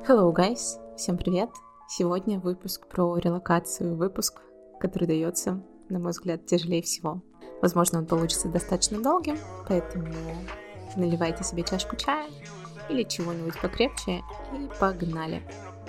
Hello, guys! Всем привет! Сегодня выпуск про релокацию, выпуск, который дается, на мой взгляд, тяжелее всего. Возможно, он получится достаточно долгим, поэтому наливайте себе чашку чая или чего-нибудь покрепче и погнали!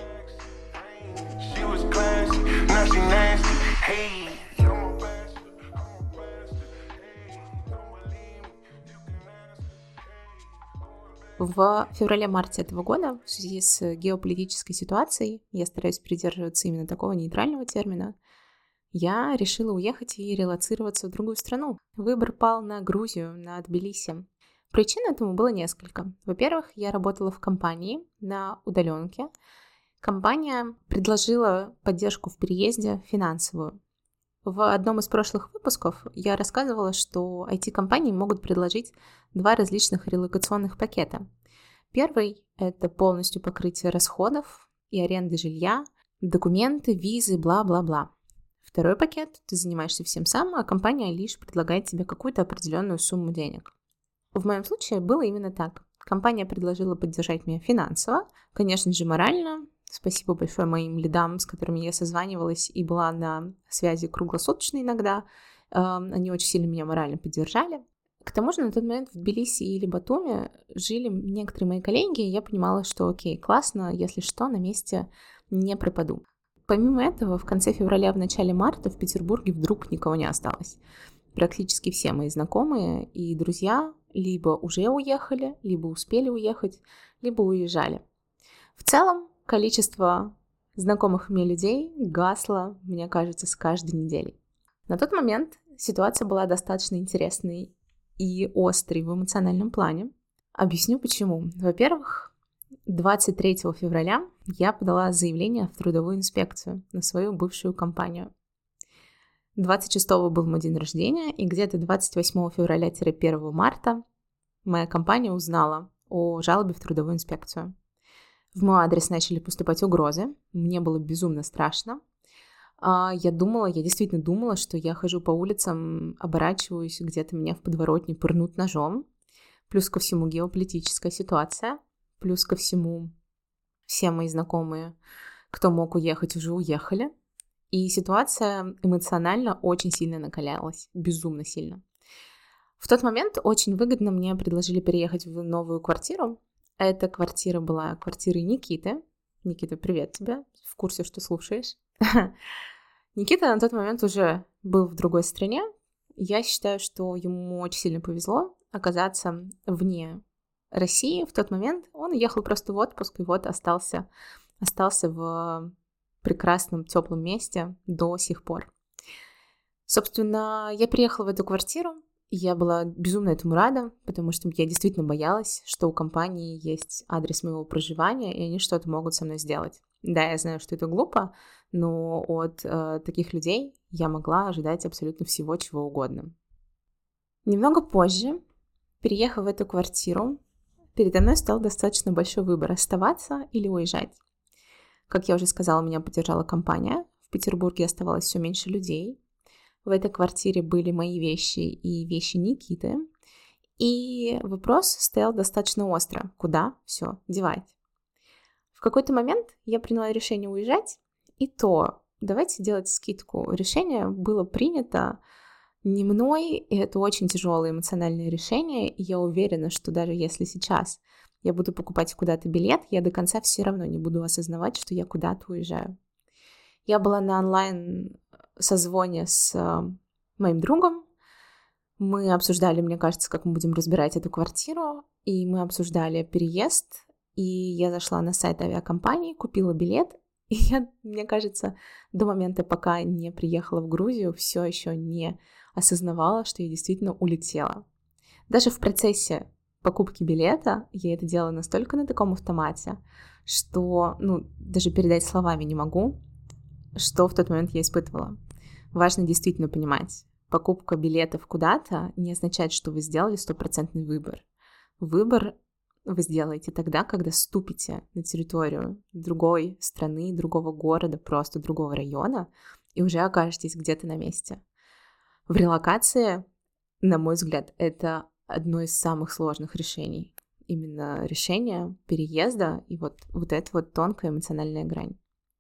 В феврале-марте этого года в связи с геополитической ситуацией, я стараюсь придерживаться именно такого нейтрального термина, я решила уехать и релоцироваться в другую страну. Выбор пал на Грузию, на Тбилиси. Причин этому было несколько. Во-первых, я работала в компании на удаленке. Компания предложила поддержку в переезде финансовую. В одном из прошлых выпусков я рассказывала, что IT-компании могут предложить два различных релокационных пакета. Первый – это полностью покрытие расходов и аренды жилья, документы, визы, бла-бла-бла. Второй пакет – ты занимаешься всем сам, а компания лишь предлагает тебе какую-то определенную сумму денег. В моем случае было именно так. Компания предложила поддержать меня финансово, конечно же, морально. Спасибо большое моим лидам, с которыми я созванивалась и была на связи круглосуточно иногда. Они очень сильно меня морально поддержали. К тому же на тот момент в Тбилиси или Батуми жили некоторые мои коллеги, и я понимала, что окей, классно, если что, на месте не пропаду. Помимо этого, в конце февраля, в начале марта в Петербурге вдруг никого не осталось. Практически все мои знакомые и друзья либо уже уехали, либо успели уехать, либо уезжали. В целом, количество знакомых мне людей гасло, мне кажется, с каждой неделей. На тот момент ситуация была достаточно интересной и острой в эмоциональном плане. Объясню почему. Во-первых, 23 февраля я подала заявление в трудовую инспекцию на свою бывшую компанию. 26-го был мой день рождения, и где-то 28 февраля-1 марта моя компания узнала о жалобе в трудовую инспекцию. В мой адрес начали поступать угрозы, мне было безумно страшно. Я действительно думала, что я хожу по улицам, оборачиваюсь, где-то меня в подворотне пырнут ножом. Плюс ко всему геополитическая ситуация, плюс ко всему все мои знакомые, кто мог уехать, уже уехали. И ситуация эмоционально очень сильно накалялась, безумно сильно. В тот момент очень выгодно мне предложили переехать в новую квартиру. Эта квартира была квартирой Никиты. Никита, привет тебе, в курсе, что слушаешь. Никита на тот момент уже был в другой стране. Я считаю, что ему очень сильно повезло оказаться вне России в тот момент. Он уехал просто в отпуск и вот остался в прекрасном, теплом месте до сих пор. Собственно, я приехала в эту квартиру. Я была безумно этому рада, потому что я действительно боялась, что у компании есть адрес моего проживания, и они что-то могут со мной сделать. Да, я знаю, что это глупо, но от таких людей я могла ожидать абсолютно всего, чего угодно. Немного позже, переехав в эту квартиру, передо мной стал достаточно большой выбор – оставаться или уезжать. Как я уже сказала, меня поддержала компания. В Петербурге оставалось все меньше людей. В этой квартире были мои вещи и вещи Никиты. И вопрос стоял достаточно остро. Куда все девать? В какой-то момент я приняла решение уезжать. И то, давайте делать скидку. Решение было принято не мной, и это очень тяжелое эмоциональное решение. И я уверена, что даже если сейчас я буду покупать куда-то билет, я до конца все равно не буду осознавать, что я куда-то уезжаю. Я была на онлайн-созвоне с моим другом. Мы обсуждали, мне кажется, как мы будем разбирать эту квартиру, и мы обсуждали переезд, и я зашла на сайт авиакомпании, купила билет, и я, мне кажется, до момента, пока не приехала в Грузию, все еще не осознавала, что я действительно улетела. Даже в процессе покупки билета я это делала настолько на таком автомате, что, даже передать словами не могу, что в тот момент я испытывала. Важно действительно понимать, покупка билетов куда-то не означает, что вы сделали 100% выбор. Выбор вы сделаете тогда, когда ступите на территорию другой страны, другого города, просто другого района, и уже окажетесь где-то на месте. В релокации, на мой взгляд, это одно из самых сложных решений. именно решения переезда и вот эта вот тонкая эмоциональная грань.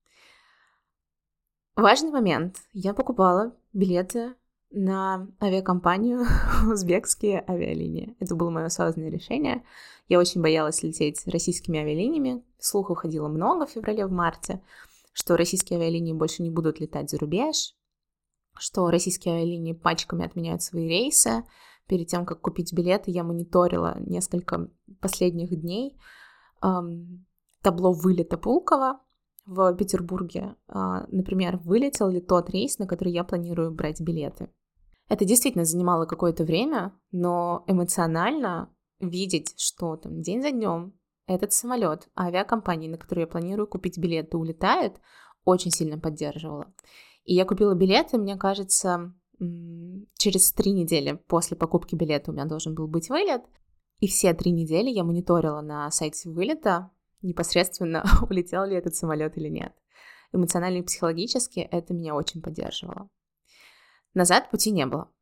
Важный момент. Я покупала билеты на авиакомпанию «Узбекские авиалинии». Это было мое осознанное решение. Я очень боялась лететь российскими авиалиниями. Слухов ходило много в феврале, в марте, что российские авиалинии больше не будут летать за рубеж, что российские авиалинии пачками отменяют свои рейсы. Перед тем, как купить билеты, я мониторила несколько последних дней табло вылета Пулково в Петербурге. Например, вылетел ли тот рейс, на который я планирую брать билеты. Это действительно занимало какое-то время, но эмоционально видеть, что там день за днем этот самолет авиакомпании, на который я планирую купить билеты, улетает, очень сильно поддерживало. И я купила билеты, мне кажется, через 3 недели после покупки билета у меня должен был быть вылет. И все 3 недели я мониторила на сайте вылета непосредственно, улетел ли этот самолет или нет. Эмоционально и психологически это меня очень поддерживало. Назад пути не было.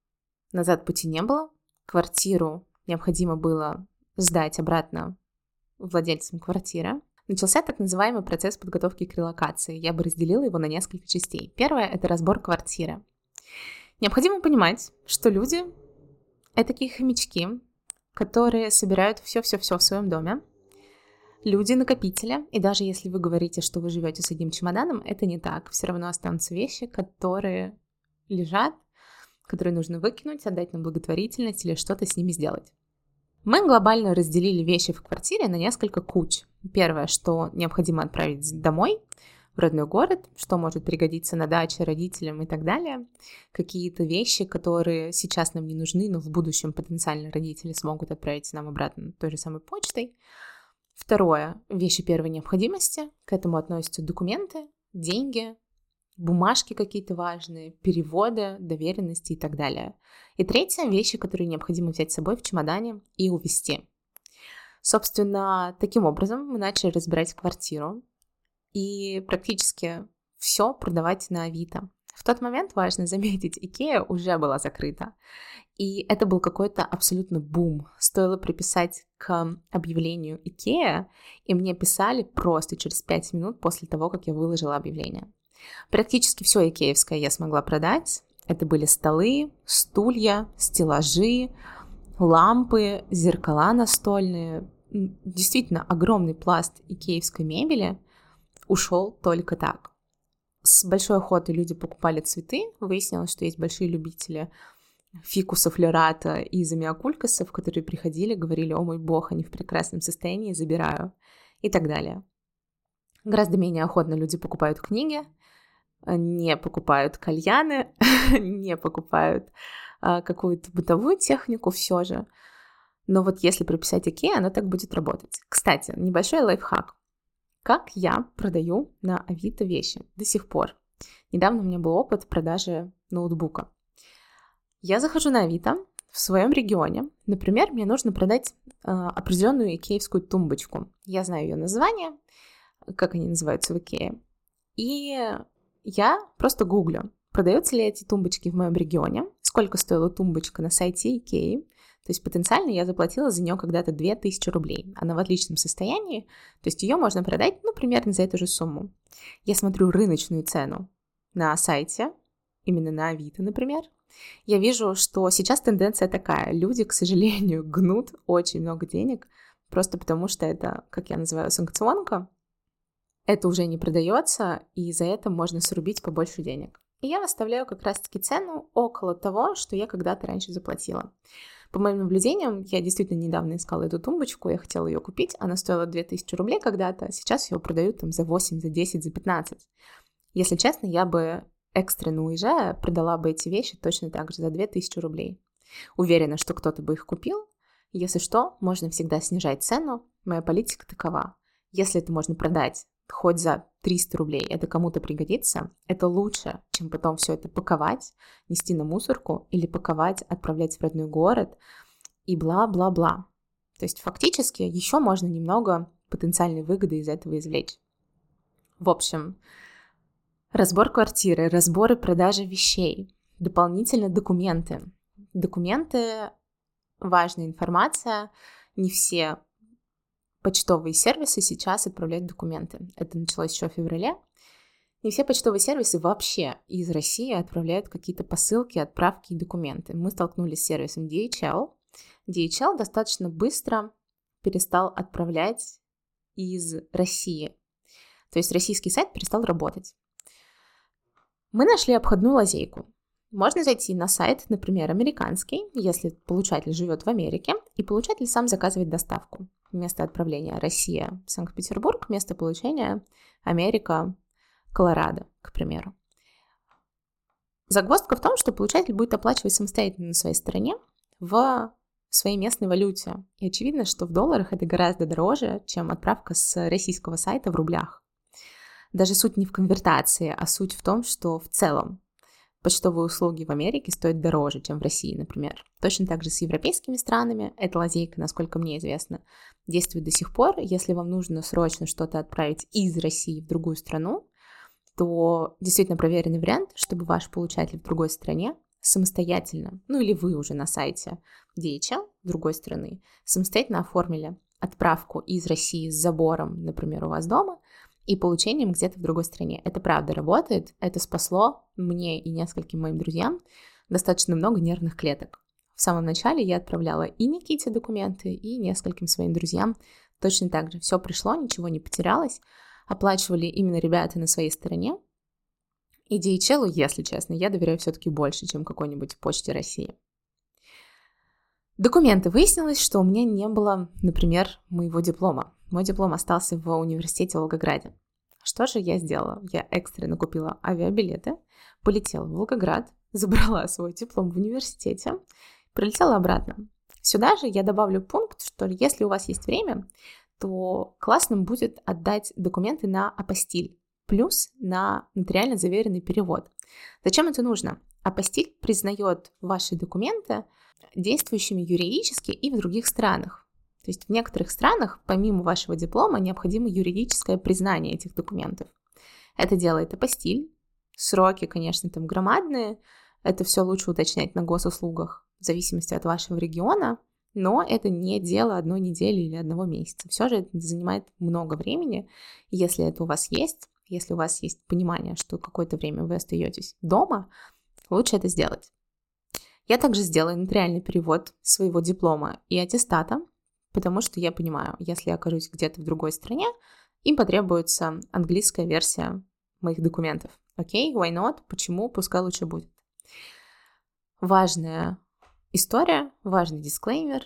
Квартиру необходимо было сдать обратно владельцам квартиры. Начался так называемый процесс подготовки к релокации. Я бы разделила его на несколько частей. Первое — это разбор квартиры. Необходимо понимать, что люди — это такие хомячки, которые собирают все-все-все в своем доме. Люди-накопители, и даже если вы говорите, что вы живете с одним чемоданом, это не так. Все равно останутся вещи, которые лежат, которые нужно выкинуть, отдать на благотворительность или что-то с ними сделать. Мы глобально разделили вещи в квартире на несколько куч. Первое, что необходимо отправить домой, в родной город, что может пригодиться на даче родителям и так далее. Какие-то вещи, которые сейчас нам не нужны, но в будущем потенциально родители смогут отправить нам обратно той же самой почтой. Второе, вещи первой необходимости. К этому относятся документы, деньги, бумажки какие-то важные, переводы, доверенности и так далее. И третье, вещи, которые необходимо взять с собой в чемодане и увезти. Собственно, таким образом мы начали разбирать квартиру и практически все продавать на Авито. В тот момент, важно заметить, Икеа уже была закрыта. И это был какой-то абсолютно бум. Стоило приписать к объявлению Икеа, и мне писали просто через 5 минут после того, как я выложила объявление. Практически все икеевское я смогла продать. Это были столы, стулья, стеллажи, лампы, зеркала настольные. Действительно, огромный пласт икеевской мебели ушел только так. С большой охотой люди покупали цветы. Выяснилось, что есть большие любители фикусов, лерата и замиокулькасов, которые приходили, говорили: «О мой бог, они в прекрасном состоянии, забираю», и так далее. Гораздо менее охотно люди покупают книги, не покупают кальяны, не покупают какую-то бытовую технику все же. Но вот если прописать Икеа, оно так будет работать. Кстати, небольшой лайфхак. Как я продаю на Авито вещи до сих пор? Недавно у меня был опыт продажи ноутбука. Я захожу на Авито в своем регионе. Например, мне нужно продать определенную икеевскую тумбочку. Я знаю ее название, как они называются в Икее. И я просто гуглю, продаются ли эти тумбочки в моем регионе, сколько стоила тумбочка на сайте Икеи. То есть потенциально я заплатила за нее когда-то 2000 рублей. Она в отличном состоянии, то есть ее можно продать, примерно за эту же сумму. Я смотрю рыночную цену на сайте, именно на Авито, например. Я вижу, что сейчас тенденция такая. Люди, к сожалению, гнут очень много денег, просто потому что это, как я называю, санкционка. Это уже не продается, и за это можно срубить побольше денег. И я выставляю как раз-таки цену около того, что я когда-то раньше заплатила. По моим наблюдениям, я действительно недавно искала эту тумбочку, я хотела ее купить, она стоила 2000 рублей когда-то, а сейчас ее продают там за 8, за 10, за 15. Если честно, я бы экстренно уезжая, продала бы эти вещи точно так же за 2000 рублей. Уверена, что кто-то бы их купил. Если что, можно всегда снижать цену. Моя политика такова. Если это можно продать хоть за 300 рублей, это кому-то пригодится, это лучше, чем потом все это паковать, нести на мусорку или паковать, отправлять в родной город и бла-бла-бла. То есть фактически еще можно немного потенциальной выгоды из этого извлечь. В общем, разбор квартиры, разбор и продажа вещей, дополнительно документы. Документы, важная информация, не все почтовые сервисы сейчас отправляют документы. Это началось еще в феврале. Не все почтовые сервисы вообще из России отправляют какие-то посылки, отправки и документы. Мы столкнулись с сервисом DHL. DHL достаточно быстро перестал отправлять из России. То есть российский сайт перестал работать. Мы нашли обходную лазейку. Можно зайти на сайт, например, американский, если получатель живет в Америке, и получатель сам заказывает доставку. Место отправления Россия, Санкт-Петербург, место получения Америка, Колорадо, к примеру. Загвоздка в том, что получатель будет оплачивать самостоятельно на своей стороне в своей местной валюте. И очевидно, что в долларах это гораздо дороже, чем отправка с российского сайта в рублях. Даже суть не в конвертации, а суть в том, что в целом почтовые услуги в Америке стоят дороже, чем в России, например. Точно так же с европейскими странами. Эта лазейка, насколько мне известно, действует до сих пор. Если вам нужно срочно что-то отправить из России в другую страну, то действительно проверенный вариант, чтобы ваш получатель в другой стране самостоятельно, или вы уже на сайте DHL другой страны, самостоятельно оформили отправку из России с забором, например, у вас дома, и получением где-то в другой стране. Это правда работает, это спасло мне и нескольким моим друзьям достаточно много нервных клеток. В самом начале я отправляла и Никите документы, и нескольким своим друзьям точно так же. Все пришло, ничего не потерялось, оплачивали именно ребята на своей стороне. И DHL, если честно, я доверяю все-таки больше, чем какой-нибудь Почте России. Документы. Выяснилось, что у меня не было, например, моего диплома. Мой диплом остался в университете в Волгограде. Что же я сделала? Я экстренно купила авиабилеты, полетела в Волгоград, забрала свой диплом в университете, прилетела обратно. Сюда же я добавлю пункт, что если у вас есть время, то классным будет отдать документы на апостиль, плюс на нотариально заверенный перевод. Зачем это нужно? Апостиль признает ваши документы действующими юридически и в других странах. То есть в некоторых странах, помимо вашего диплома, необходимо юридическое признание этих документов. Это делает апостиль. Сроки, конечно, там громадные. Это все лучше уточнять на госуслугах в зависимости от вашего региона. Но это не дело одной недели или одного месяца. Все же это занимает много времени. Если это у вас есть, если у вас есть понимание, что какое-то время вы остаетесь дома, лучше это сделать. Я также сделаю нотариальный перевод своего диплома и аттестата, потому что я понимаю, если я окажусь где-то в другой стране, им потребуется английская версия моих документов. Окей, why not? Почему? Пускай лучше будет. Важная история, важный дисклеймер.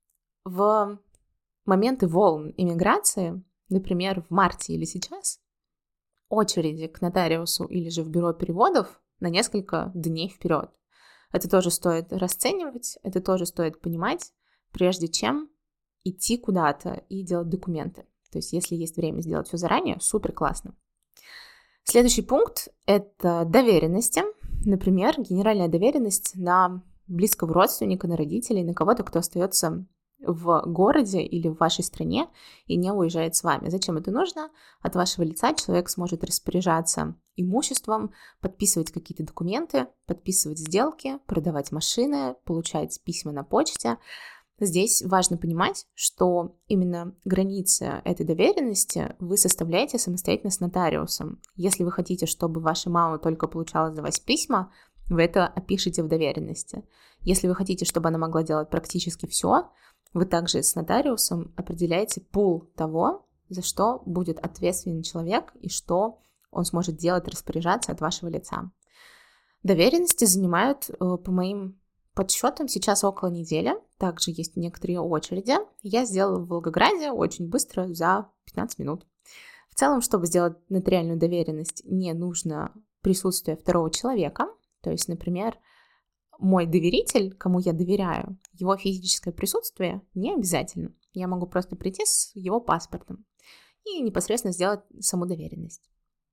В моменты волн иммиграции, например, в марте или сейчас, очереди к нотариусу или же в бюро переводов на несколько дней вперед. Это тоже стоит расценивать, это тоже стоит понимать, прежде чем идти куда-то и делать документы. То есть, если есть время сделать все заранее, супер классно. Следующий пункт – это доверенности. Например, генеральная доверенность на близкого родственника, на родителей, на кого-то, кто остается в городе или в вашей стране и не уезжает с вами. Зачем это нужно? От вашего лица человек сможет распоряжаться имуществом, подписывать какие-то документы, подписывать сделки, продавать машины, получать письма на почте. Здесь важно понимать, что именно границы этой доверенности вы составляете самостоятельно с нотариусом. Если вы хотите, чтобы ваша мама только получала за вас письма, вы это опишите в доверенности. Если вы хотите, чтобы она могла делать практически все, вы также с нотариусом определяете пул того, за что будет ответственен человек и что он сможет делать, распоряжаться от вашего лица. Доверенности занимают, по моим подсчетам, сейчас около недели. Также есть некоторые очереди. Я сделала в Волгограде очень быстро, за 15 минут. В целом, чтобы сделать нотариальную доверенность, не нужно присутствие второго человека. То есть, например, мой доверитель, кому я доверяю, его физическое присутствие не обязательно. Я могу просто прийти с его паспортом и непосредственно сделать саму доверенность.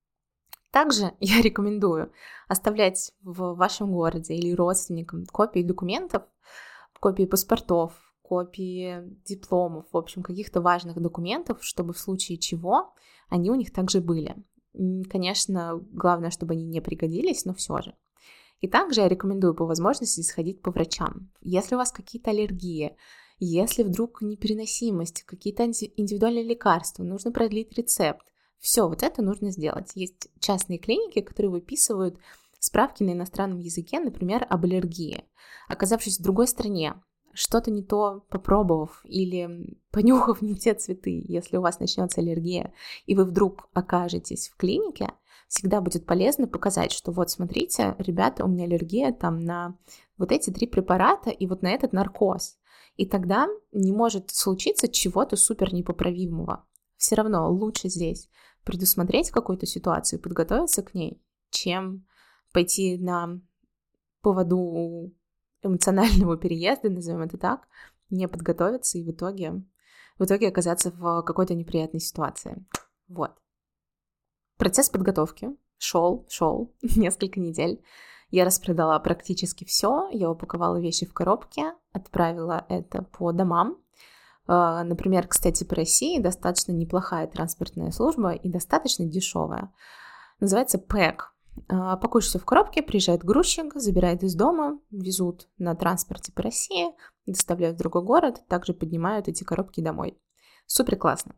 Также я рекомендую оставлять в вашем городе или родственникам копии документов, копии паспортов, копии дипломов, в общем, каких-то важных документов, чтобы в случае чего они у них также были. Конечно, главное, чтобы они не пригодились, но все же. И также я рекомендую по возможности сходить по врачам. Если у вас какие-то аллергии, Если вдруг непереносимость, какие-то индивидуальные лекарства, нужно продлить рецепт. Все, вот это нужно сделать. Есть частные клиники, которые выписывают справки на иностранном языке, например, об аллергии. Оказавшись в другой стране, что-то не то попробовав или понюхав не те цветы, если у вас начнется аллергия, и вы вдруг окажетесь в клинике, всегда будет полезно показать, что вот смотрите, ребята, у меня аллергия там на вот эти 3 препарата и вот на этот наркоз. И тогда не может случиться чего-то супер непоправимого. Все равно лучше здесь предусмотреть какую-то ситуацию, подготовиться к ней, чем пойти на поводу эмоционального переезда, назовем это так, не подготовиться и в итоге оказаться в какой-то неприятной ситуации. Вот. Процесс подготовки шел несколько недель. Я распродала практически все, я упаковала вещи в коробки, отправила это по домам. Например, кстати, по России достаточно неплохая транспортная служба и достаточно дешевая. Называется ПЭК. Пакуешь все в коробке, приезжает грузчик, забирает из дома, везут на транспорте по России, доставляют в другой город, также поднимают эти коробки домой. Супер классно.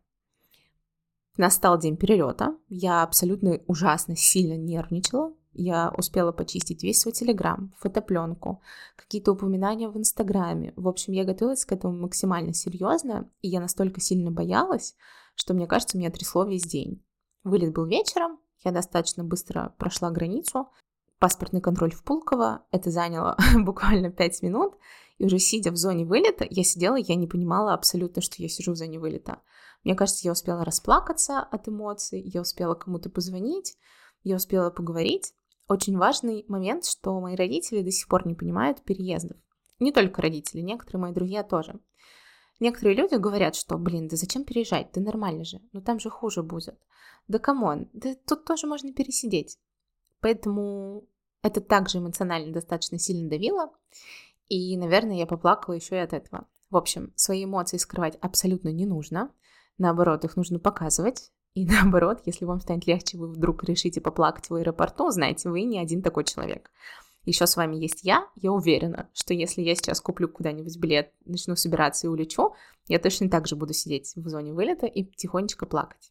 Настал день перелета, я абсолютно ужасно сильно нервничала. Я успела почистить весь свой телеграм, фотопленку, какие-то упоминания в инстаграме. В общем, я готовилась к этому максимально серьезно, и я настолько сильно боялась, что, мне кажется, меня трясло весь день. Вылет был вечером, я достаточно быстро прошла границу, паспортный контроль в Пулково, это заняло буквально 5 минут, и уже сидя в зоне вылета, я сидела, я не понимала абсолютно, что я сижу в зоне вылета. Мне кажется, я успела расплакаться от эмоций, я успела кому-то позвонить, я успела поговорить. Очень важный момент, что мои родители до сих пор не понимают переездов. Не только родители, некоторые мои друзья тоже. Некоторые люди говорят, что, да зачем переезжать, да нормально же, но там же хуже будет. Да камон, да тут тоже можно пересидеть. Поэтому это также эмоционально достаточно сильно давило, и, наверное, я поплакала еще и от этого. В общем, свои эмоции скрывать абсолютно не нужно, наоборот, их нужно показывать. И наоборот, если вам станет легче, вы вдруг решите поплакать в аэропорту, знаете, вы не один такой человек. Еще с вами есть я уверена, что если я сейчас куплю куда-нибудь билет, начну собираться и улечу, я точно так же буду сидеть в зоне вылета и тихонечко плакать.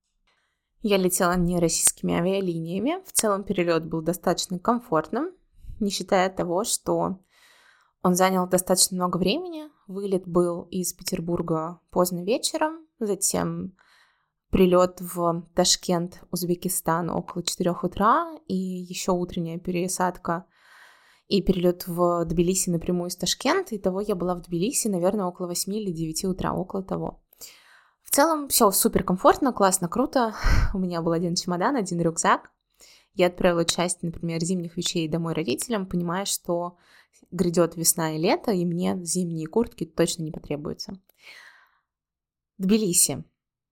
Я летела не российскими авиалиниями, в целом перелет был достаточно комфортным, не считая того, что он занял достаточно много времени. Вылет был из Петербурга поздно вечером, затем прилет в Ташкент, Узбекистан около 4 утра, и еще утренняя пересадка и перелет в Тбилиси напрямую из Ташкента. Итого я была в Тбилиси, наверное, около 8 или 9 утра, около того. В целом все супер комфортно, классно, круто. У меня был 1 чемодан, 1 рюкзак. Я отправила часть, например, зимних вещей домой родителям, понимая, что грядет весна и лето, и мне зимние куртки точно не потребуются. Тбилиси.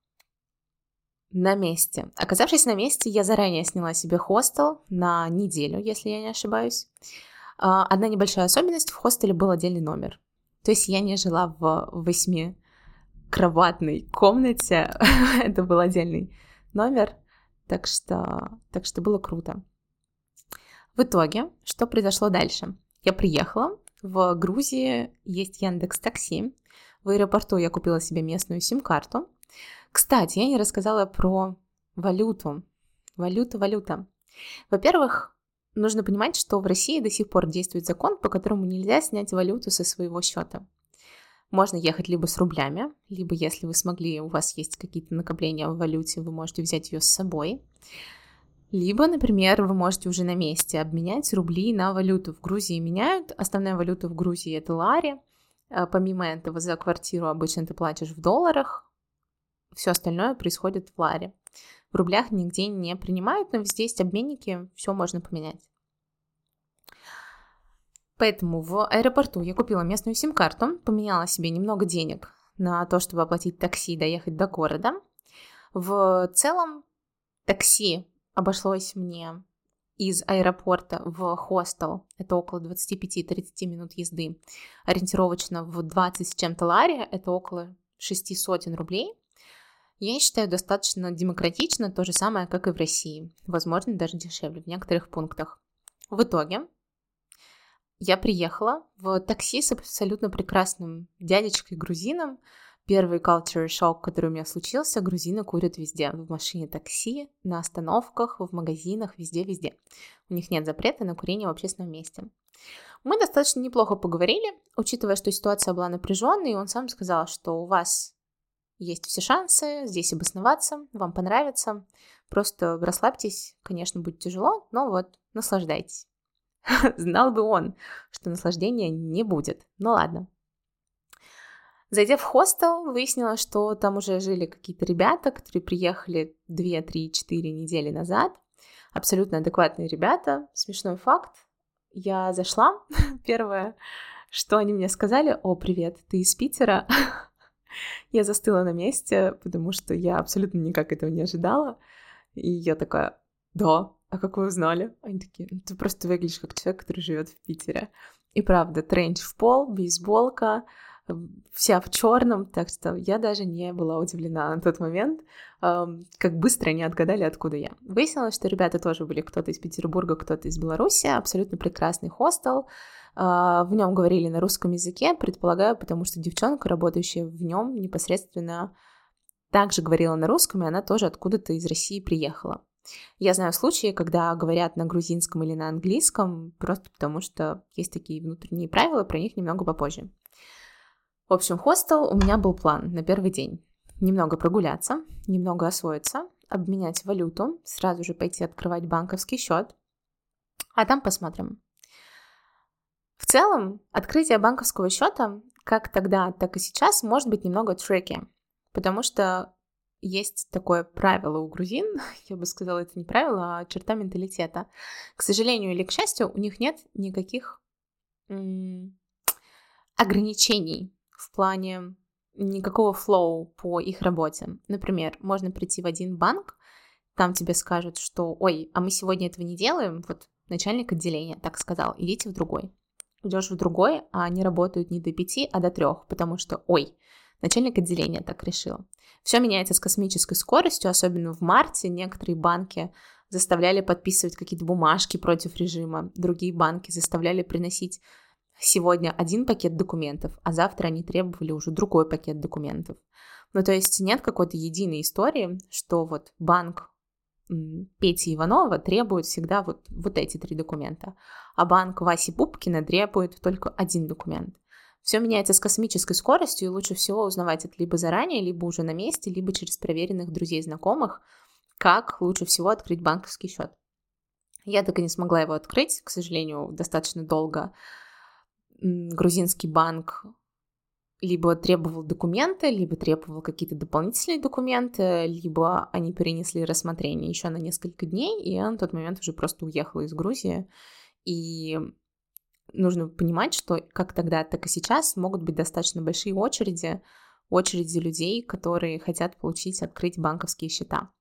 На месте. Оказавшись на месте, я заранее сняла себе хостел на неделю, если я не ошибаюсь. Одна небольшая особенность: в хостеле был отдельный номер. То есть я не жила в 8-кроватной комнате, это был отдельный номер, так что было круто. В итоге, что произошло дальше? Я приехала, в Грузии есть Яндекс.Такси, в аэропорту я купила себе местную сим-карту. Кстати, я не рассказала про валюту. Валюта. Во-первых, нужно понимать, что в России до сих пор действует закон, по которому нельзя снять валюту со своего счета. Можно ехать либо с рублями, либо, если вы смогли, у вас есть какие-то накопления в валюте, вы можете взять ее с собой. Либо, например, вы можете уже на месте обменять рубли на валюту. В Грузии меняют. Основная валюта в Грузии — это лари. Помимо этого, за квартиру обычно ты платишь в долларах. Все остальное происходит в ларе. В рублях нигде не принимают, но везде есть обменники, все можно поменять. Поэтому в аэропорту я купила местную сим-карту, поменяла себе немного денег на то, чтобы оплатить такси и доехать до города. В целом такси обошлось мне из аэропорта в хостел, это около 25-30 минут езды, ориентировочно в 20 с чем-то лари, это около 600 рублей. Я считаю, достаточно демократично, то же самое, как и в России. Возможно, даже дешевле в некоторых пунктах. В итоге Я приехала в такси с абсолютно прекрасным дядечкой-грузином. Первый culture shock, который у меня случился: грузины курят везде. В машине такси, на остановках, в магазинах, везде-везде. У них нет запрета на курение в общественном месте. Мы достаточно неплохо поговорили, учитывая, что ситуация была напряженной, и он сам сказал, что у вас есть все шансы здесь обосноваться, вам понравится. Просто расслабьтесь, конечно, будет тяжело, но вот наслаждайтесь. Знал бы он, что наслаждения не будет. Ну ладно. Зайдя в хостел, выяснилось, что там уже жили какие-то ребята, которые приехали 2, 3, 4 недели назад. Абсолютно адекватные ребята. Смешной факт. Я зашла, первое, что они мне сказали: «О, привет, ты из Питера?» Я застыла на месте, потому что я абсолютно никак этого не ожидала. И я такая: «Да, а как вы узнали?» Они такие: «Ты просто выглядишь как человек, который живет в Питере». И правда, тренч в пол, бейсболка, вся в черном, так что я даже не была удивлена на тот момент, как быстро они отгадали, откуда я. Выяснилось, что ребята тоже были кто-то из Петербурга, кто-то из Беларуси, абсолютно прекрасный хостел. В нем говорили на русском языке, предполагаю, потому что девчонка, работающая в нем, непосредственно также говорила на русском, и она тоже откуда-то из России приехала. Я знаю случаи, когда говорят на грузинском или на английском, просто потому что есть такие внутренние правила, про них немного попозже. В общем, хостел, у меня был план на первый день: немного прогуляться, немного освоиться, обменять валюту, сразу же пойти открывать банковский счет, а там посмотрим. В целом, открытие банковского счета, как тогда, так и сейчас, может быть немного трики, потому что есть такое правило у грузин, я бы сказала, это не правило, а черта менталитета. К сожалению или к счастью, у них нет никаких ограничений в плане никакого флоу по их работе. Например, можно прийти в один банк, там тебе скажут, что «Ой, а мы сегодня этого не делаем», вот начальник отделения так сказал, идите в другой. Идешь в другой, а они работают не до 5, а до 3, потому что «Ой, начальник отделения так решил». Все меняется с космической скоростью, особенно в марте. Некоторые банки заставляли подписывать какие-то бумажки против режима, другие банки заставляли приносить сегодня один пакет документов, а завтра они требовали уже другой пакет документов. Ну, то есть нет какой-то единой истории, что вот банк Пети Иванова требует всегда вот эти 3 документа, а банк Васи Пупкина требует только 1 документ. Все меняется с космической скоростью, и лучше всего узнавать это либо заранее, либо уже на месте, либо через проверенных друзей, знакомых, как лучше всего открыть банковский счет. Я так и не смогла его открыть, к сожалению, достаточно долго. Грузинский банк либо требовал документы, либо требовал какие-то дополнительные документы, либо они перенесли рассмотрение еще на несколько дней, и я на тот момент уже просто уехала из Грузии. И нужно понимать, что как тогда, так и сейчас могут быть достаточно большие очереди людей, которые хотят открыть банковские счета.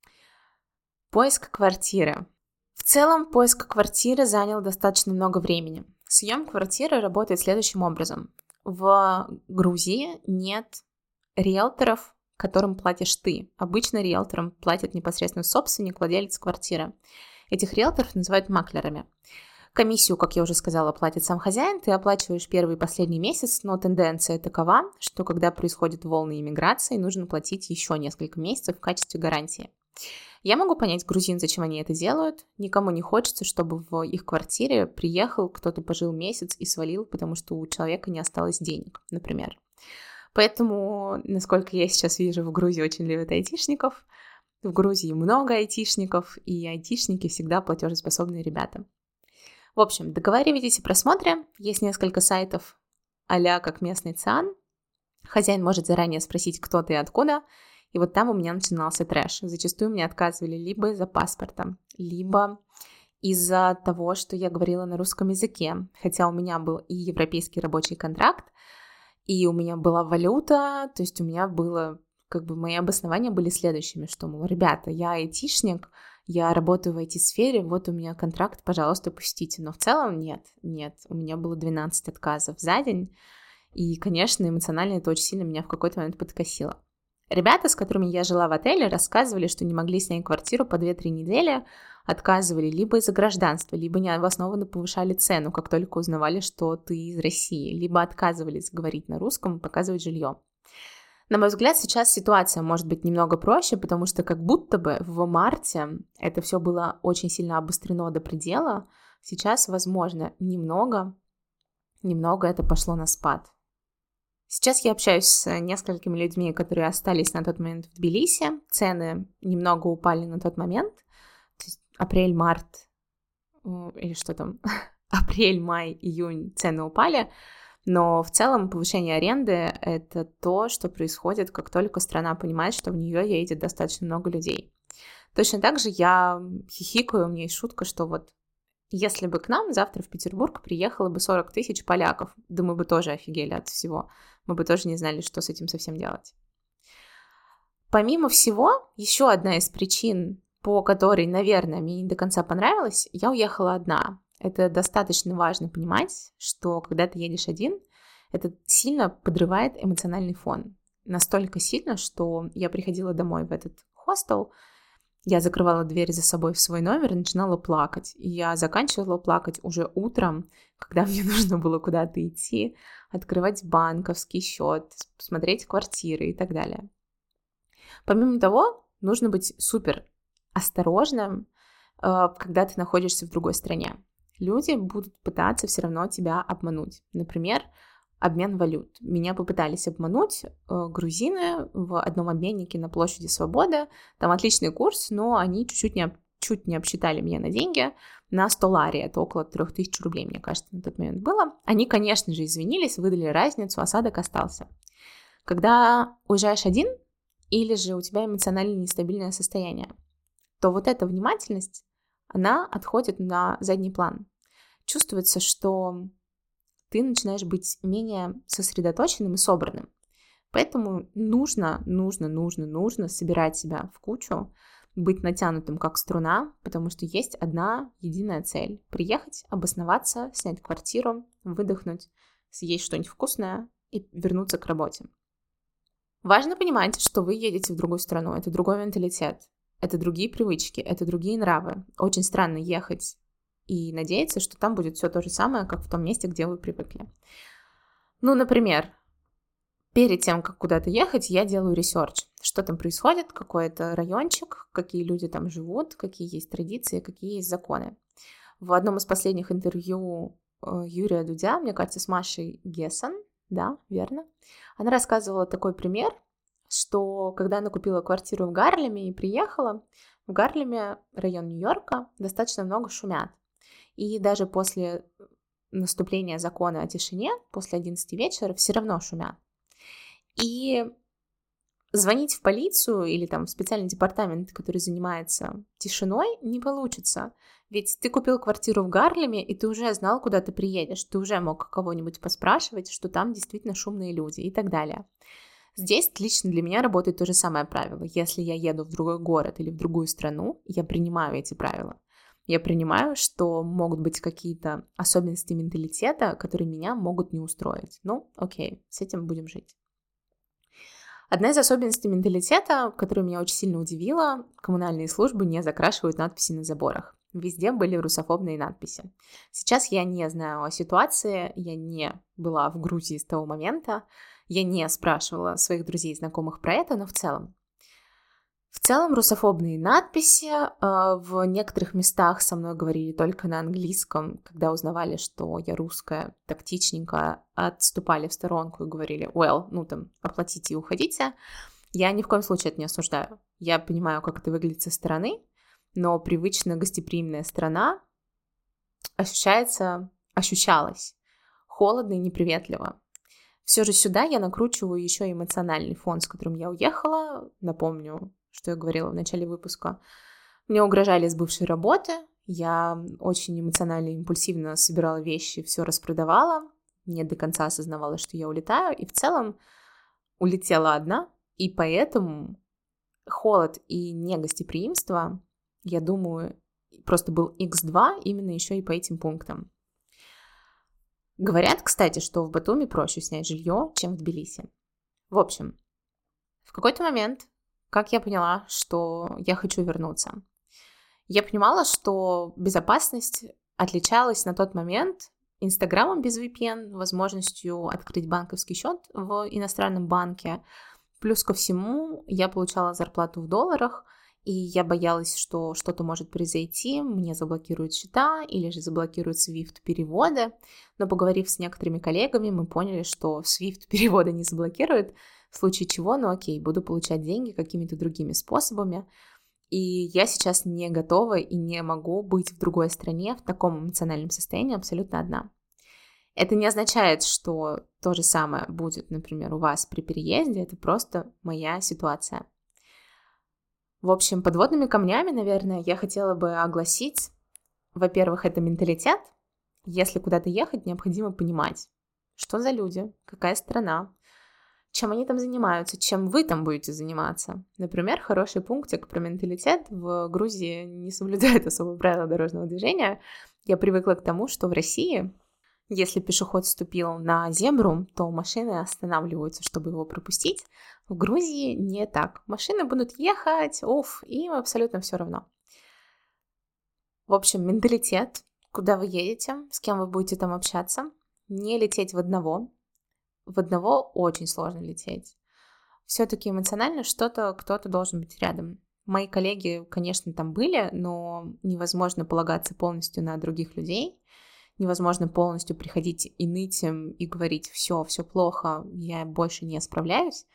Поиск квартиры. В целом, поиск квартиры занял достаточно много времени. Съем квартиры работает следующим образом. В Грузии нет риэлторов, которым платишь ты. Обычно риэлторам платит непосредственно собственник, владелец квартиры. Этих риэлторов называют маклерами. Комиссию, как я уже сказала, платит сам хозяин, ты оплачиваешь первый и последний месяц, но тенденция такова, что когда происходят волны иммиграции, нужно платить еще несколько месяцев в качестве гарантии. Я могу понять грузин, зачем они это делают. Никому не хочется, чтобы в их квартире приехал, кто-то пожил месяц и свалил, потому что у человека не осталось денег, например. Поэтому, насколько я сейчас вижу, в Грузии очень любят айтишников. В Грузии много айтишников, и айтишники всегда платежеспособные ребята. В общем, договаривайтесь о просмотре. Есть несколько сайтов а-ля как местный ЦИАН. Хозяин может заранее спросить, кто ты и откуда. И вот там у меня начинался трэш. Зачастую мне отказывали либо из-за паспорта, либо из-за того, что я говорила на русском языке. Хотя у меня был и европейский рабочий контракт, и у меня была валюта, то есть у меня было, мои обоснования были следующими, что, мол, ребята, я айтишник, я работаю в IT-сфере, вот у меня контракт, пожалуйста, пустите. Но в целом нет, у меня было 12 отказов за день, и, конечно, эмоционально это очень сильно меня в какой-то момент подкосило. Ребята, с которыми я жила в отеле, рассказывали, что не могли снять квартиру по 2-3 недели, отказывали либо из-за гражданства, либо необоснованно повышали цену, как только узнавали, что ты из России, либо отказывались говорить на русском и показывать жилье. На мой взгляд, сейчас ситуация может быть немного проще, потому что как будто бы в марте это все было очень сильно обострено до предела. Сейчас, возможно, немного это пошло на спад. Сейчас я общаюсь с несколькими людьми, которые остались на тот момент в Тбилиси. Цены немного упали на тот момент. То есть апрель, март, или что там, апрель, май, июнь цены упали. Но в целом повышение аренды — это то, что происходит, как только страна понимает, что в нее едет достаточно много людей. Точно так же я хихикаю, у меня есть шутка, что вот если бы к нам завтра в Петербург приехало бы 40 тысяч поляков, да мы бы тоже офигели от всего, мы бы тоже не знали, что с этим совсем делать. Помимо всего, еще одна из причин, по которой, наверное, мне не до конца понравилось, я уехала одна. Это достаточно важно понимать, что когда ты едешь один, это сильно подрывает эмоциональный фон. Настолько сильно, что я приходила домой в этот хостел, я закрывала дверь за собой в свой номер и начинала плакать. И я заканчивала плакать уже утром, когда мне нужно было куда-то идти, открывать банковский счет, смотреть квартиры и так далее. Помимо того, нужно быть супер осторожным, когда ты находишься в другой стране. Люди будут пытаться все равно тебя обмануть. Например, обмен валют. Меня попытались обмануть грузины в одном обменнике на площади Свободы. Там отличный курс, но они чуть не обсчитали меня на деньги на 100 лари. Это около 3000 рублей, мне кажется, на тот момент было. Они, конечно же, извинились, выдали разницу, осадок остался. Когда уезжаешь один или же у тебя эмоционально нестабильное состояние, то вот эта внимательность, она отходит на задний план. Чувствуется, что ты начинаешь быть менее сосредоточенным и собранным. Поэтому нужно собирать себя в кучу, быть натянутым как струна, потому что есть одна единая цель — приехать, обосноваться, снять квартиру, выдохнуть, съесть что-нибудь вкусное и вернуться к работе. Важно понимать, что вы едете в другую страну, это другой менталитет, это другие привычки, это другие нравы. Очень странно ехать и надеяться, что там будет все то же самое, как в том месте, где вы привыкли. Ну, например, перед тем, как куда-то ехать, я делаю ресерч. Что там происходит, какой это райончик, какие люди там живут, какие есть традиции, какие есть законы. В одном из последних интервью Юрия Дудя, мне кажется, с Машей Гессен, да, верно, она рассказывала такой пример, что когда она купила квартиру в Гарлеме и приехала, в Гарлеме, район Нью-Йорка, достаточно много шумят. И даже после наступления закона о тишине, после 11 вечера, все равно шумят. И звонить в полицию или там в специальный департамент, который занимается тишиной, не получится. Ведь ты купил квартиру в Гарлеме, и ты уже знал, куда ты приедешь. Ты уже мог кого-нибудь поспрашивать, что там действительно шумные люди и так далее. Здесь лично для меня работает то же самое правило. Если я еду в другой город или в другую страну, я принимаю эти правила. Я принимаю, что могут быть какие-то особенности менталитета, которые меня могут не устроить. Ну, окей, с этим будем жить. Одна из особенностей менталитета, которая меня очень сильно удивила, коммунальные службы не закрашивают надписи на заборах. Везде были русофобные надписи. Сейчас я не знаю о ситуации, я не была в Грузии с того момента, я не спрашивала своих друзей и знакомых про это, но в целом русофобные надписи в некоторых местах со мной говорили только на английском, когда узнавали, что я русская, тактичненько отступали в сторонку и говорили: well, ну там, оплатите и уходите. Я ни в коем случае это не осуждаю. Я понимаю, как это выглядит со стороны, но привычно гостеприимная страна ощущалась холодно и неприветливо. Все же сюда я накручиваю еще эмоциональный фон, с которым я уехала. Напомню, что я говорила в начале выпуска. Мне угрожали с бывшей работы, я очень эмоционально и импульсивно собирала вещи, все распродавала, не до конца осознавала, что я улетаю, и в целом улетела одна, и поэтому холод и негостеприимство, я думаю, просто был x2 именно еще и по этим пунктам. Говорят, кстати, что в Батуми проще снять жилье, чем в Тбилиси. В общем, В какой-то момент, как я поняла, что я хочу вернуться? Я понимала, что безопасность отличалась на тот момент Инстаграмом без VPN, возможностью открыть банковский счет в иностранном банке. Плюс ко всему, я получала зарплату в долларах, и я боялась, что что-то может произойти, мне заблокируют счета или же заблокируют SWIFT-переводы. Но поговорив с некоторыми коллегами, мы поняли, что SWIFT-переводы не заблокируют, в случае чего, ну окей, буду получать деньги какими-то другими способами. И я сейчас не готова и не могу быть в другой стране в таком эмоциональном состоянии абсолютно одна. Это не означает, что то же самое будет, например, у вас при переезде, это просто моя ситуация. В общем, подводными камнями, наверное, я хотела бы огласить, во-первых, это менталитет. Если куда-то ехать, необходимо понимать, что за люди, какая страна, чем они там занимаются, чем вы там будете заниматься. Например, хороший пунктик про менталитет. В Грузии не соблюдают особо правила дорожного движения. Я привыкла к тому, что в России, если пешеход ступил на зебру, то машины останавливаются, чтобы его пропустить. В Грузии не так. Машины будут ехать, им абсолютно все равно. В общем, менталитет, куда вы едете, с кем вы будете там общаться, не лететь в одного. В одного очень сложно лететь. Все-таки эмоционально кто-то должен быть рядом. Мои коллеги, конечно, там были, но невозможно полагаться полностью на других людей. Невозможно полностью приходить и ныть им, и говорить: все плохо, я больше не справляюсь.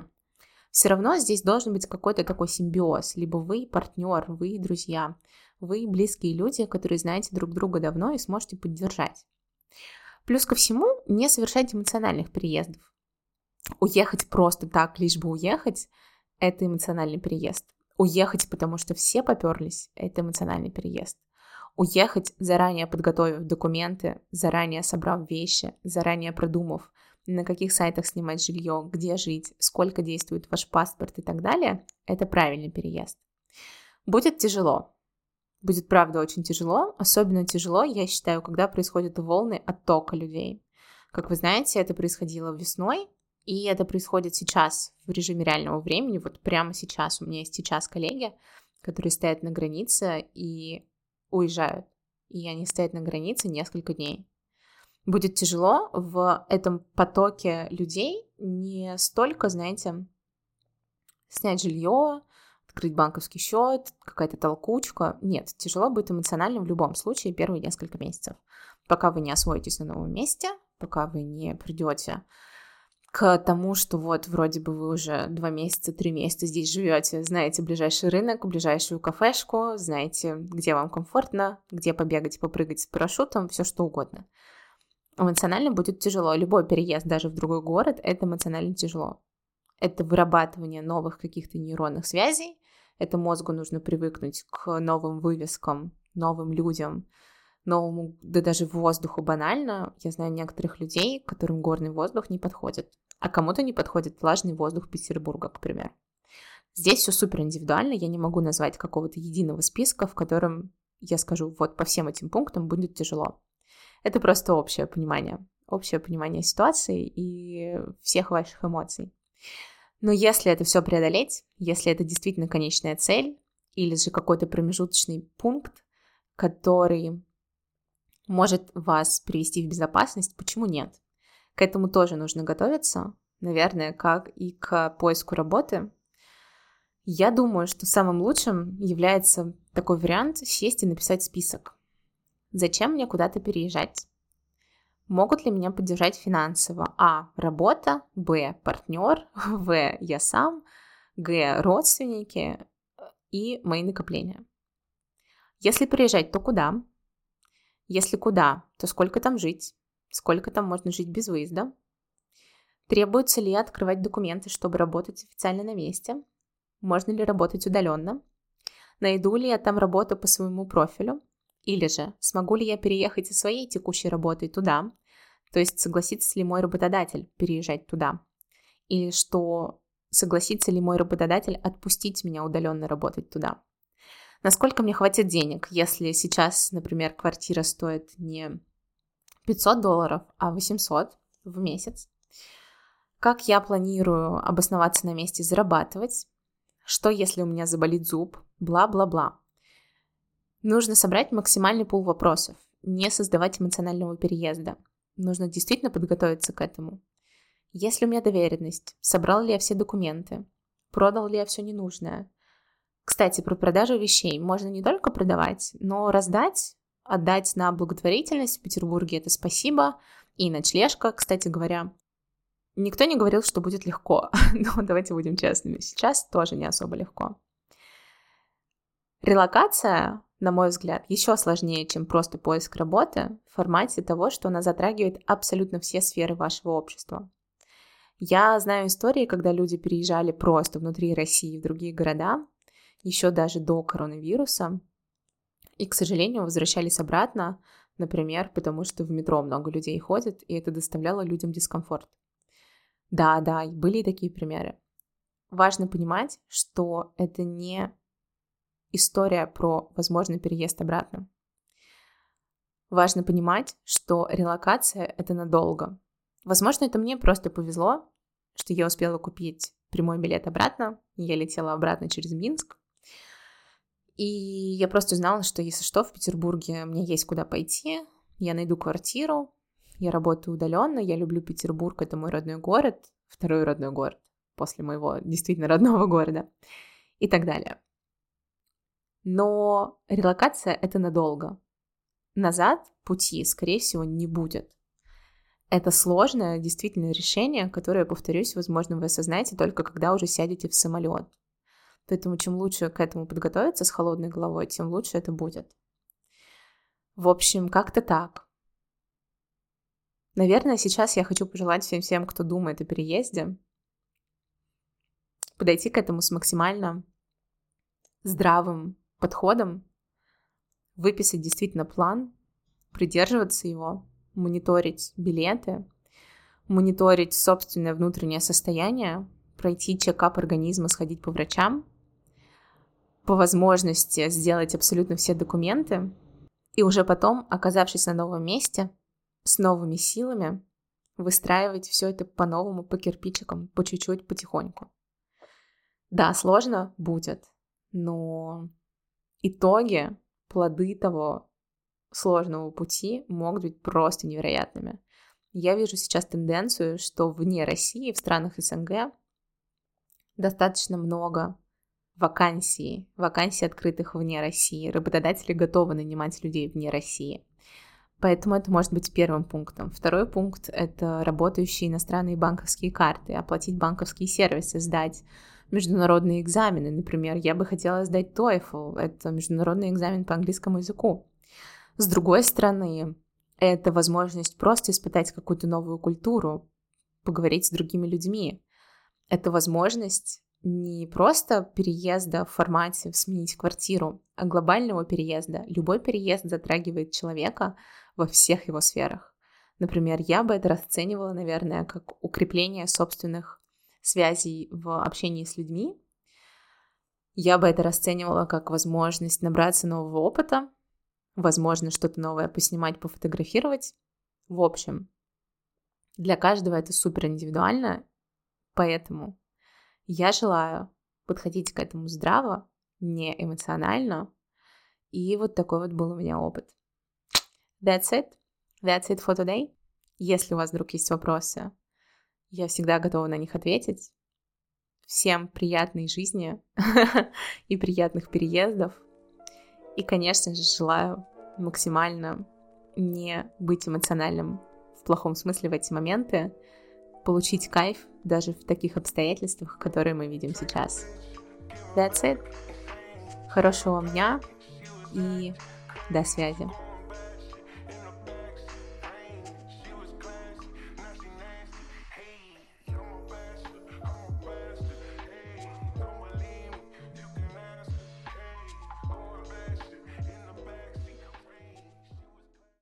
Все равно здесь должен быть какой-то такой симбиоз. Либо вы партнер, вы друзья, вы близкие люди, которые знаете друг друга давно и сможете поддержать. Плюс ко всему, не совершать эмоциональных переездов. Уехать просто так, лишь бы уехать, это эмоциональный переезд. Уехать, потому что все поперлись, это эмоциональный переезд. Уехать, заранее подготовив документы, заранее собрав вещи, заранее продумав, на каких сайтах снимать жилье, где жить, сколько действует ваш паспорт и так далее, это правильный переезд. Будет тяжело. Будет, правда, очень тяжело. Особенно тяжело, я считаю, когда происходят волны оттока людей. Как вы знаете, это происходило весной, и это происходит сейчас в режиме реального времени. Вот прямо сейчас. У меня есть сейчас коллеги, которые стоят на границе и уезжают. И они стоят на границе несколько дней. Будет тяжело в этом потоке людей не столько, знаете, снять жилье, открыть банковский счет, какая-то толкучка. Нет, тяжело будет эмоционально в любом случае первые несколько месяцев. Пока вы не освоитесь на новом месте, пока вы не придете к тому, что вот вроде бы вы уже 2 месяца, 3 месяца здесь живете, знаете ближайший рынок, ближайшую кафешку, знаете, где вам комфортно, где побегать, попрыгать с парашютом, все что угодно. Эмоционально будет тяжело. Любой переезд даже в другой город, это эмоционально тяжело. Это вырабатывание новых каких-то нейронных связей, это мозгу нужно привыкнуть к новым вывескам, новым людям, новому, да даже воздуху банально. Я знаю некоторых людей, которым горный воздух не подходит, а кому-то не подходит влажный воздух Петербурга, к примеру. Здесь все супер индивидуально, я не могу назвать какого-то единого списка, в котором я скажу, вот по всем этим пунктам будет тяжело. Это просто общее понимание ситуации и всех ваших эмоций. Но если это все преодолеть, если это действительно конечная цель, или же какой-то промежуточный пункт, который может вас привести в безопасность, почему нет? К этому тоже нужно готовиться, наверное, как и к поиску работы. Я думаю, что самым лучшим является такой вариант сесть и написать список. Зачем мне куда-то переезжать? Могут ли меня поддержать финансово? А. Работа. Б. Партнер. В. Я сам. Г. Родственники. И мои накопления. Если приезжать, то куда? Если куда, то сколько там жить? Сколько там можно жить без выезда? Требуется ли открывать документы, чтобы работать официально на месте? Можно ли работать удаленно? Найду ли я там работу по своему профилю? Или же смогу ли я переехать со своей текущей работой туда? То есть согласится ли мой работодатель переезжать туда? Или что согласится ли мой работодатель отпустить меня удаленно работать туда? Насколько мне хватит денег, если сейчас, например, квартира стоит не $500, а 800 в месяц? Как я планирую обосноваться на месте и зарабатывать? Что, если у меня заболит зуб? Бла-бла-бла. Нужно собрать максимальный пул вопросов, не создавать эмоционального переезда. Нужно действительно подготовиться к этому. Есть ли у меня доверенность? Собрал ли я все документы? Продал ли я все ненужное? Кстати, про продажу вещей можно не только продавать, но раздать, отдать на благотворительность. В Петербурге это спасибо. И ночлежка, кстати говоря. Никто не говорил, что будет легко, но давайте будем честными, сейчас тоже не особо легко. Релокация, на мой взгляд, еще сложнее, чем просто поиск работы в формате того, что она затрагивает абсолютно все сферы вашего общества. Я знаю истории, когда люди переезжали просто внутри России в другие города, еще даже до коронавируса, и, к сожалению, возвращались обратно, например, потому что в метро много людей ходит, и это доставляло людям дискомфорт. Да, были и такие примеры. Важно понимать, что это не история про возможный переезд обратно. Важно понимать, что релокация — это надолго. Возможно, это мне просто повезло, что я успела купить прямой билет обратно, и я летела обратно через Минск. И я просто знала, что если что, в Петербурге мне есть куда пойти, я найду квартиру, я работаю удаленно, я люблю Петербург, это мой родной город, второй родной город после моего действительно родного города и так далее. Но релокация — это надолго. Назад пути, скорее всего, не будет. Это сложное действительно решение, которое, повторюсь, возможно, вы осознаете только когда уже сядете в самолет. Поэтому чем лучше к этому подготовиться с холодной головой, тем лучше это будет. В общем, как-то так. Наверное, сейчас я хочу пожелать всем, кто думает о переезде, подойти к этому с максимально здравым подходом, выписать действительно план, придерживаться его, мониторить билеты, мониторить собственное внутреннее состояние, пройти чекап организма, сходить по врачам, по возможности сделать абсолютно все документы, и уже потом, оказавшись на новом месте, с новыми силами, выстраивать все это по-новому, по кирпичикам, по чуть-чуть, потихоньку. Да, сложно будет, но итоги, плоды того сложного пути могут быть просто невероятными. Я вижу сейчас тенденцию, что вне России, в странах СНГ, достаточно много вакансий открытых вне России. Работодатели готовы нанимать людей вне России. Поэтому это может быть первым пунктом. Второй пункт — это работающие иностранные банковские карты, оплатить банковские сервисы, сдать международные экзамены. Например, я бы хотела сдать TOEFL, это международный экзамен по английскому языку. С другой стороны, это возможность просто испытать какую-то новую культуру, поговорить с другими людьми. Это возможность не просто переезда в формате сменить квартиру, а глобального переезда. Любой переезд затрагивает человека во всех его сферах. Например, я бы это расценивала, наверное, как укрепление собственных связей в общении с людьми. Я бы это расценивала как возможность набраться нового опыта, возможно, что-то новое поснимать, пофотографировать. В общем, для каждого это супер индивидуально, поэтому я желаю подходить к этому здраво, не эмоционально. И вот такой вот был у меня опыт. That's it for today. Если у вас вдруг есть вопросы, я всегда готова на них ответить. Всем приятной жизни и приятных переездов. И, конечно же, желаю максимально не быть эмоциональным в плохом смысле в эти моменты, получить кайф даже в таких обстоятельствах, которые мы видим сейчас. That's it. Хорошего вам дня и до связи.